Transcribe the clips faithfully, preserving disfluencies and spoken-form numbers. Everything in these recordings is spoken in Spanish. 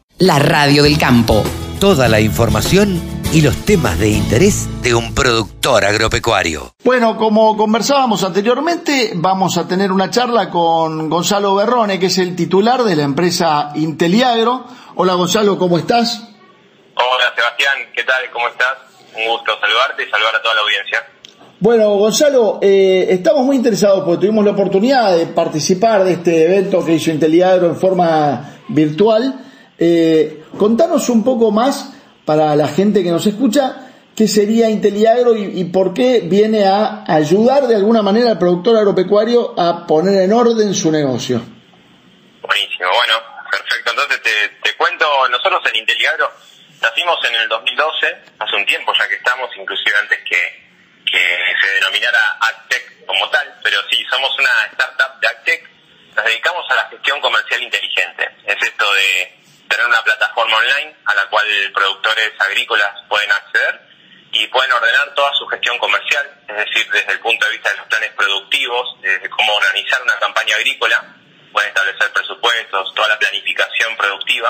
La radio del campo. Toda la información y los temas de interés de un productor agropecuario. Bueno, como conversábamos anteriormente, vamos a tener una charla con Gonzalo Berrone, que es el titular de la empresa Inteliagro. Hola Gonzalo, ¿cómo estás? Hola Sebastián, ¿qué tal? ¿Cómo estás? Un gusto saludarte y saludar a toda la audiencia. Bueno, Gonzalo, eh, estamos muy interesados porque tuvimos la oportunidad de participar de este evento que hizo Inteliagro en forma virtual. Eh, contanos un poco más para la gente que nos escucha qué sería Inteliagro y, y por qué viene a ayudar de alguna manera al productor agropecuario a poner en orden su negocio. Buenísimo, bueno, perfecto. Entonces te, te cuento, nosotros en Inteliagro nacimos en el dos mil doce, hace un tiempo ya que estamos, inclusive antes que, que se denominara AgTech como tal, pero sí, somos una startup de AgTech, nos dedicamos a la gestión comercial inteligente. Es esto de tener una plataforma online a la cual productores agrícolas pueden acceder y pueden ordenar toda su gestión comercial, es decir, desde el punto de vista de los planes productivos, desde cómo organizar una campaña agrícola, pueden establecer presupuestos, toda la planificación productiva,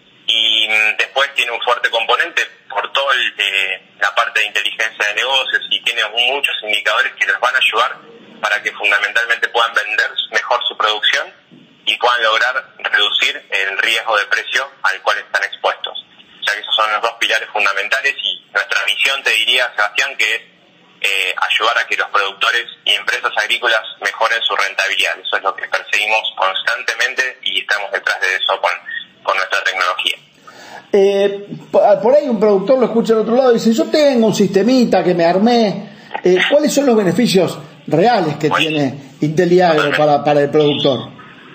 y después tiene un fuerte componente por toda eh, la parte de inteligencia de negocios y tiene muchos indicadores que les van a ayudar para que fundamentalmente puedan vender mejor su producción y puedan lograr reducir el riesgo de precio al cual están expuestos. O sea que esos son los dos pilares fundamentales y nuestra misión, te diría, Sebastián, que es eh, ayudar a que los productores y empresas agrícolas mejoren su rentabilidad. Eso es lo que perseguimos constantemente y estamos detrás de eso con, con nuestra tecnología. Eh, por ahí un productor lo escucha al otro lado y dice, yo tengo un sistemita que me armé. Eh, ¿Cuáles son los beneficios reales que bueno, tiene Inteliagro para, para el productor?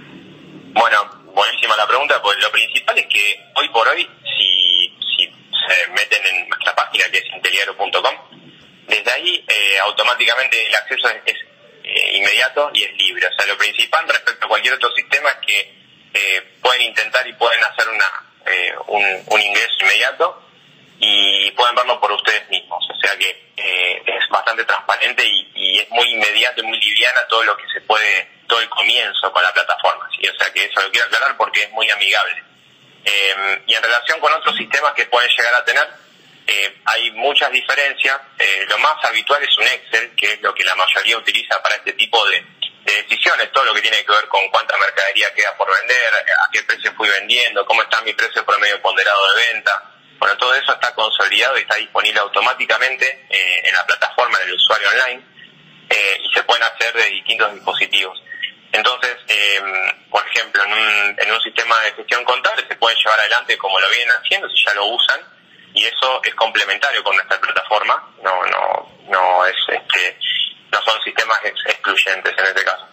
Bueno, buenísima la pregunta, pues lo principal es que hoy por hoy, si, si se meten en nuestra página que es inteliagro punto com, desde ahí eh, automáticamente el acceso es, es eh, inmediato y es libre. O sea, lo principal respecto a cualquier otro sistema es que eh, pueden intentar y pueden hacer una eh, un, un ingreso inmediato y pueden verlo por ustedes mismos. O sea que eh, es bastante transparente y, y es muy inmediato y muy liviana todo lo que se puede, todo el comienzo con la plataforma, ¿sí? O sea que eso lo quiero aclarar porque es muy amigable. Eh, y en relación con otros sistemas que pueden llegar a tener, eh, hay muchas diferencias. Eh, lo más habitual es un Excel, que es lo que la mayoría utiliza para este tipo de, de decisiones, todo lo que tiene que ver con cuánta mercadería queda por vender, a qué precio fui vendiendo, cómo está mi precio promedio ponderado de venta. Bueno, todo eso está consolidado y está disponible automáticamente eh, en la plataforma del usuario online eh, y se pueden hacer de distintos dispositivos. Entonces, eh, por ejemplo, en un, en un sistema de gestión contable se pueden llevar adelante como lo vienen haciendo, si ya lo usan, y eso es complementario con nuestra plataforma, no no no es este no son sistemas ex- excluyentes en este caso.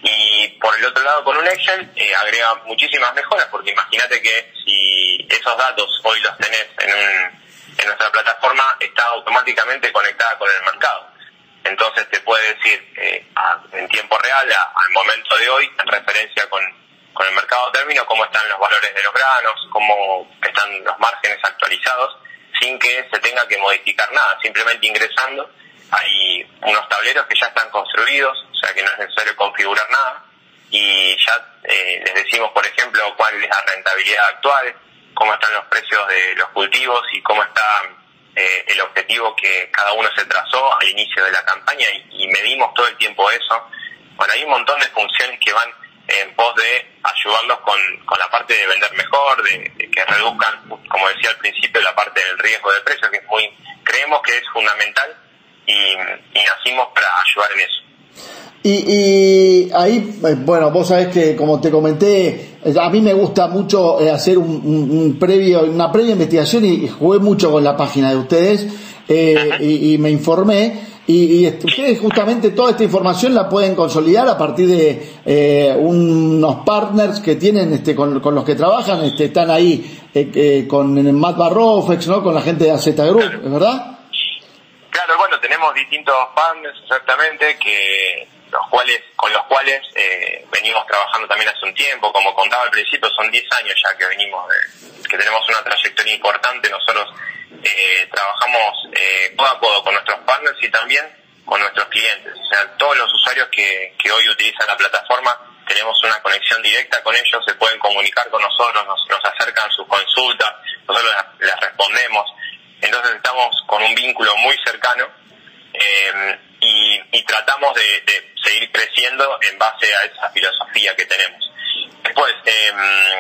Y por el otro lado, con un Excel eh, agrega muchísimas mejoras, porque imagínate que si esos datos hoy los tenés en, un, en nuestra plataforma, está automáticamente conectada con el mercado. Entonces te puede decir eh, a, en tiempo real, a, al momento de hoy, en referencia con, con el mercado término, cómo están los valores de los granos, cómo están los márgenes actualizados, sin que se tenga que modificar nada, simplemente ingresando. Hay unos tableros que ya están construidos, o sea que no es necesario configurar nada, y ya eh, les decimos, por ejemplo, cuál es la rentabilidad actual, cómo están los precios de los cultivos y cómo está eh, el objetivo que cada uno se trazó al inicio de la campaña, y, y medimos todo el tiempo eso. Bueno, hay un montón de funciones que van en pos de ayudarlos con, con la parte de vender mejor, de, de que reduzcan, como decía al principio, la parte del riesgo de precio, que es muy, creemos que es fundamental, y, y nacimos para ayudar en eso. Y, y ahí, bueno, vos sabés que, como te comenté, a mí me gusta mucho hacer un, un, un previo, una previa investigación, y jugué mucho con la página de ustedes eh, y, y me informé. Y, y ustedes justamente toda esta información la pueden consolidar a partir de eh, unos partners que tienen este con, con los que trabajan, este están ahí eh, eh, con Matt Barrofex, ¿no? Con la gente de A Z Group, claro. ¿Es verdad? Claro, bueno, tenemos distintos partners exactamente que los cuales con los cuales eh, venimos trabajando también hace un tiempo. Como contaba al principio, son diez años ya que venimos de, que tenemos una trayectoria importante. Nosotros eh, trabajamos eh, codo a codo con nuestros partners y también con nuestros clientes. O sea, todos los usuarios que, que hoy utilizan la plataforma, tenemos una conexión directa con ellos, se pueden comunicar con nosotros, nos, nos acercan sus consultas consultas, nosotros las, las respondemos, entonces estamos con un vínculo muy cercano eh, y, y tratamos de, de seguir creciendo en base a esa filosofía que tenemos. Después, eh,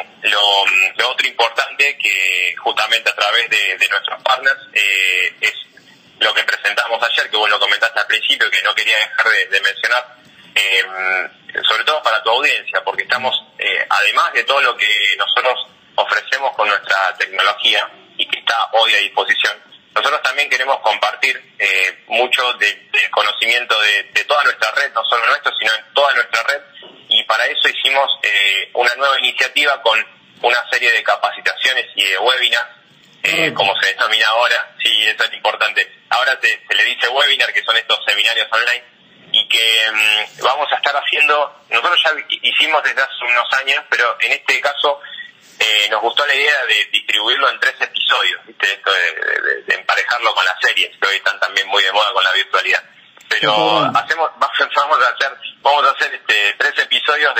lo, lo otro importante que justamente a través de, de nuestros partners eh, es lo que presentamos ayer, que vos lo comentaste al principio, que no quería dejar de, de mencionar, eh, sobre todo para tu audiencia, porque estamos, eh, además de todo lo que nosotros ofrecemos con nuestra tecnología y que está hoy a disposición, nosotros también queremos compartir eh, mucho del de conocimiento de, de toda nuestra red, no solo nuestro, sino en toda nuestra red, y para eso hicimos eh, una nueva iniciativa con una serie de capacitaciones y de webinars, eh, como se denomina ahora. Sí, eso es importante. Ahora se, se le dice webinar, que son estos seminarios online, y que um, vamos a estar haciendo, nosotros ya hicimos desde hace unos años, pero en este caso eh, nos gustó la idea de distribuirlo en tres episodios, ¿viste? Esto de, de, de emparejarlo con las series, que hoy están también muy de moda con la virtualidad. Pero hacemos, vamos a hacer, vamos a hacer este, tres episodios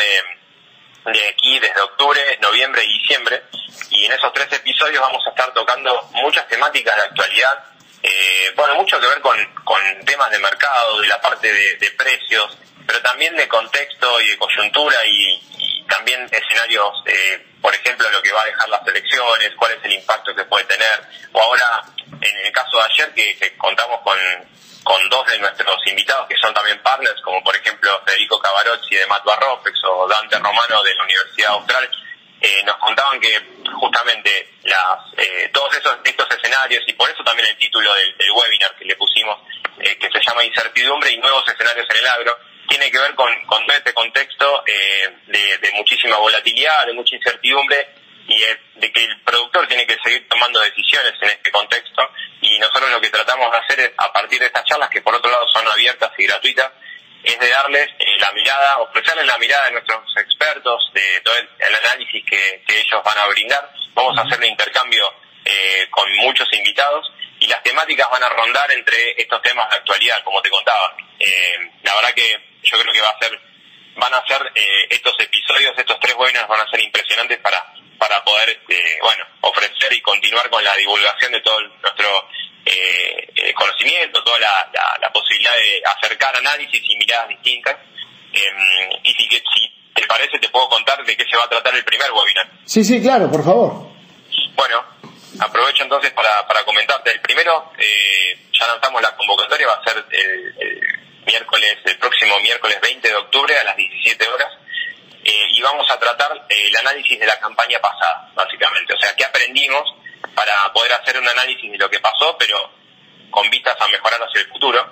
de, de aquí desde octubre, noviembre y diciembre, y en esos tres episodios vamos a estar tocando muchas temáticas de actualidad, eh, bueno, mucho que ver con, con temas de mercado, de la parte de, de precios, pero también de contexto y de coyuntura y, y también escenarios, eh, por ejemplo, lo que va a dejar las elecciones, cuál es el impacto que puede tener, o ahora, en el caso de ayer, que, que contamos con con dos de nuestros invitados que son también partners, como por ejemplo Federico Cavarocci de Matua Ropex o Dante Romano de la Universidad Austral, eh, nos contaban que justamente las eh, todos esos estos escenarios, y por eso también el título del, del webinar que le pusimos, eh, que se llama Incertidumbre y Nuevos Escenarios en el Agro, tiene que ver con, con todo este contexto eh, de, de muchísima volatilidad, de mucha incertidumbre, y eh, de que el productor tiene que seguir tomando decisiones en este contexto, y nosotros lo que tratamos de hacer es, a partir de estas charlas, que por otro lado son abiertas y gratuitas, es de darles eh, la mirada, ofrecerles la mirada de nuestros expertos, de todo el, el análisis que, que ellos van a brindar. Vamos a hacer un intercambio eh, con muchos invitados, y las temáticas van a rondar entre estos temas de actualidad, como te contaba. Eh, la verdad que yo creo que va a ser, van a ser eh, estos episodios, estos tres webinars van a ser impresionantes para para poder, eh, bueno, ofrecer y continuar con la divulgación de todo nuestro eh, eh, conocimiento, toda la, la, la posibilidad de acercar análisis y miradas distintas. Eh, y si, si te parece, te puedo contar de qué se va a tratar el primer webinar. Sí, sí, claro, por favor. Bueno, aprovecho entonces para, para comentarte. El primero, eh, ya lanzamos la convocatoria, va a ser el, el miércoles, el próximo miércoles veinte de octubre a las diecisiete horas. Eh, y vamos a tratar eh, el análisis de la campaña pasada, básicamente. O sea, ¿qué aprendimos para poder hacer un análisis de lo que pasó, pero con vistas a mejorar hacia el futuro?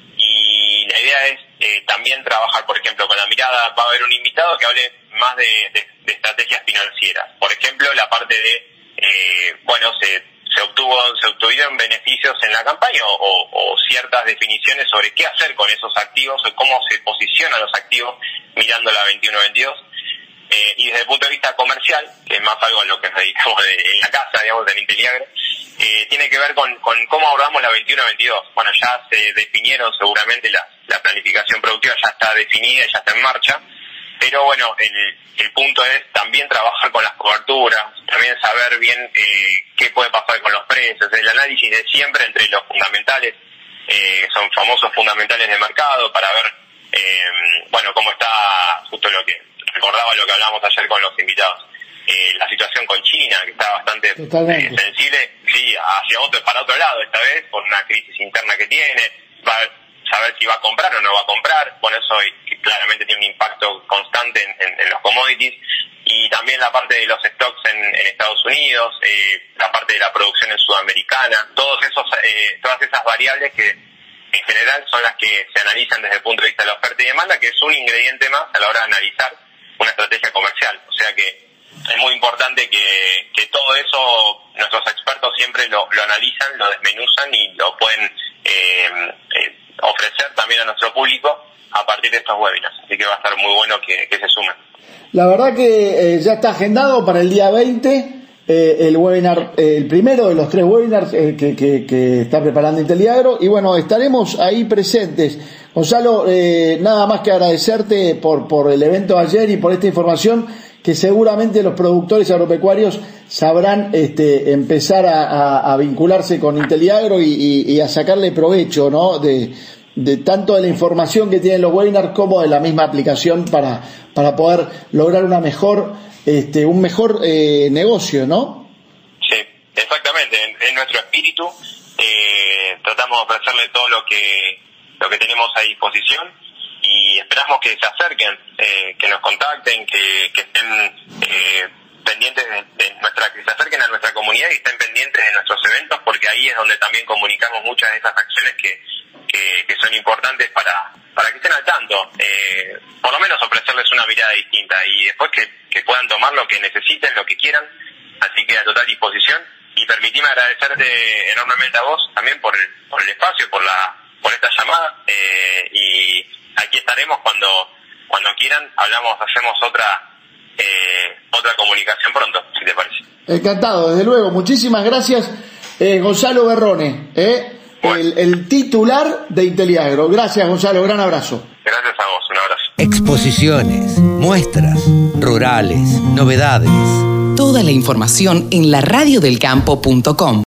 Y la idea es eh, también trabajar, por ejemplo, con la mirada, va a haber un invitado que hable más de, de, de estrategias financieras. Por ejemplo, la parte de, eh, bueno, se, se obtuvo, se obtuvieron beneficios en la campaña o, o, o ciertas definiciones sobre qué hacer con esos activos o cómo se posicionan los activos mirando la veintiuno veintidós. Eh, y desde el punto de vista comercial, que es más algo a lo que nos dedicamos de, en la casa, digamos, en Inteliagro, eh, tiene que ver con, con cómo abordamos la veintiuno veintidós. Bueno, ya se definieron seguramente la, la planificación productiva, ya está definida, ya está en marcha, pero bueno, el, el punto es también trabajar con las coberturas, también saber bien eh, qué puede pasar con los precios, el análisis de siempre entre los fundamentales, eh, son famosos fundamentales de mercado, para ver, eh, bueno, cómo está justo lo que recordaba lo que hablamos ayer con los invitados, eh, la situación con China, que está bastante eh, sensible, sí, hacia otro, para otro lado esta vez, por una crisis interna que tiene, va a saber si va a comprar o no va a comprar, bueno, eso claramente tiene un impacto constante en, en, en los commodities, y también la parte de los stocks en, en Estados Unidos, eh, la parte de la producción en Sudamericana, todos esos, eh, todas esas variables que en general son las que se analizan desde el punto de vista de la oferta y demanda, que es un ingrediente más a la hora de analizar una estrategia comercial. O sea que es muy importante que, que todo eso nuestros expertos siempre lo, lo analizan, lo desmenuzan y lo pueden eh, eh, ofrecer también a nuestro público a partir de estos webinars. Así que va a estar muy bueno que, que se sumen. La verdad que eh, ya está agendado para el día veinte eh, el webinar, eh, el primero de los tres webinars eh, que, que, que está preparando Inteliagro, y bueno, estaremos ahí presentes. Gonzalo, eh, nada más que agradecerte por, por el evento de ayer y por esta información, que seguramente los productores agropecuarios sabrán este, empezar a, a, a vincularse con Inteliagro y, y, y a sacarle provecho, ¿no? De, de tanto de la información que tienen los webinars como de la misma aplicación para, para poder lograr una mejor, este, un mejor eh, negocio, ¿no? Sí, exactamente. En, en nuestro espíritu eh, tratamos de ofrecerle todo lo que lo que tenemos a disposición y esperamos que se acerquen, eh, que nos contacten, que, que estén eh, pendientes de, de nuestra, que se acerquen a nuestra comunidad y estén pendientes de nuestros eventos, porque ahí es donde también comunicamos muchas de esas acciones que, que, que son importantes para, para que estén al tanto, eh, por lo menos ofrecerles una mirada distinta y después que, que puedan tomar lo que necesiten, lo que quieran, así que a total disposición. Y permitime agradecerte enormemente a vos también por el, por el espacio, por la por esta llamada, eh, y aquí estaremos cuando cuando quieran, hablamos, hacemos otra eh, otra comunicación pronto, si te parece. Encantado, desde luego, muchísimas gracias, eh, Gonzalo Berrone, eh, bueno. el, el titular de Inteliagro. Gracias, Gonzalo, gran abrazo. Gracias a vos, un abrazo. Exposiciones, muestras, rurales, novedades. Toda la información en la radio del campo punto com.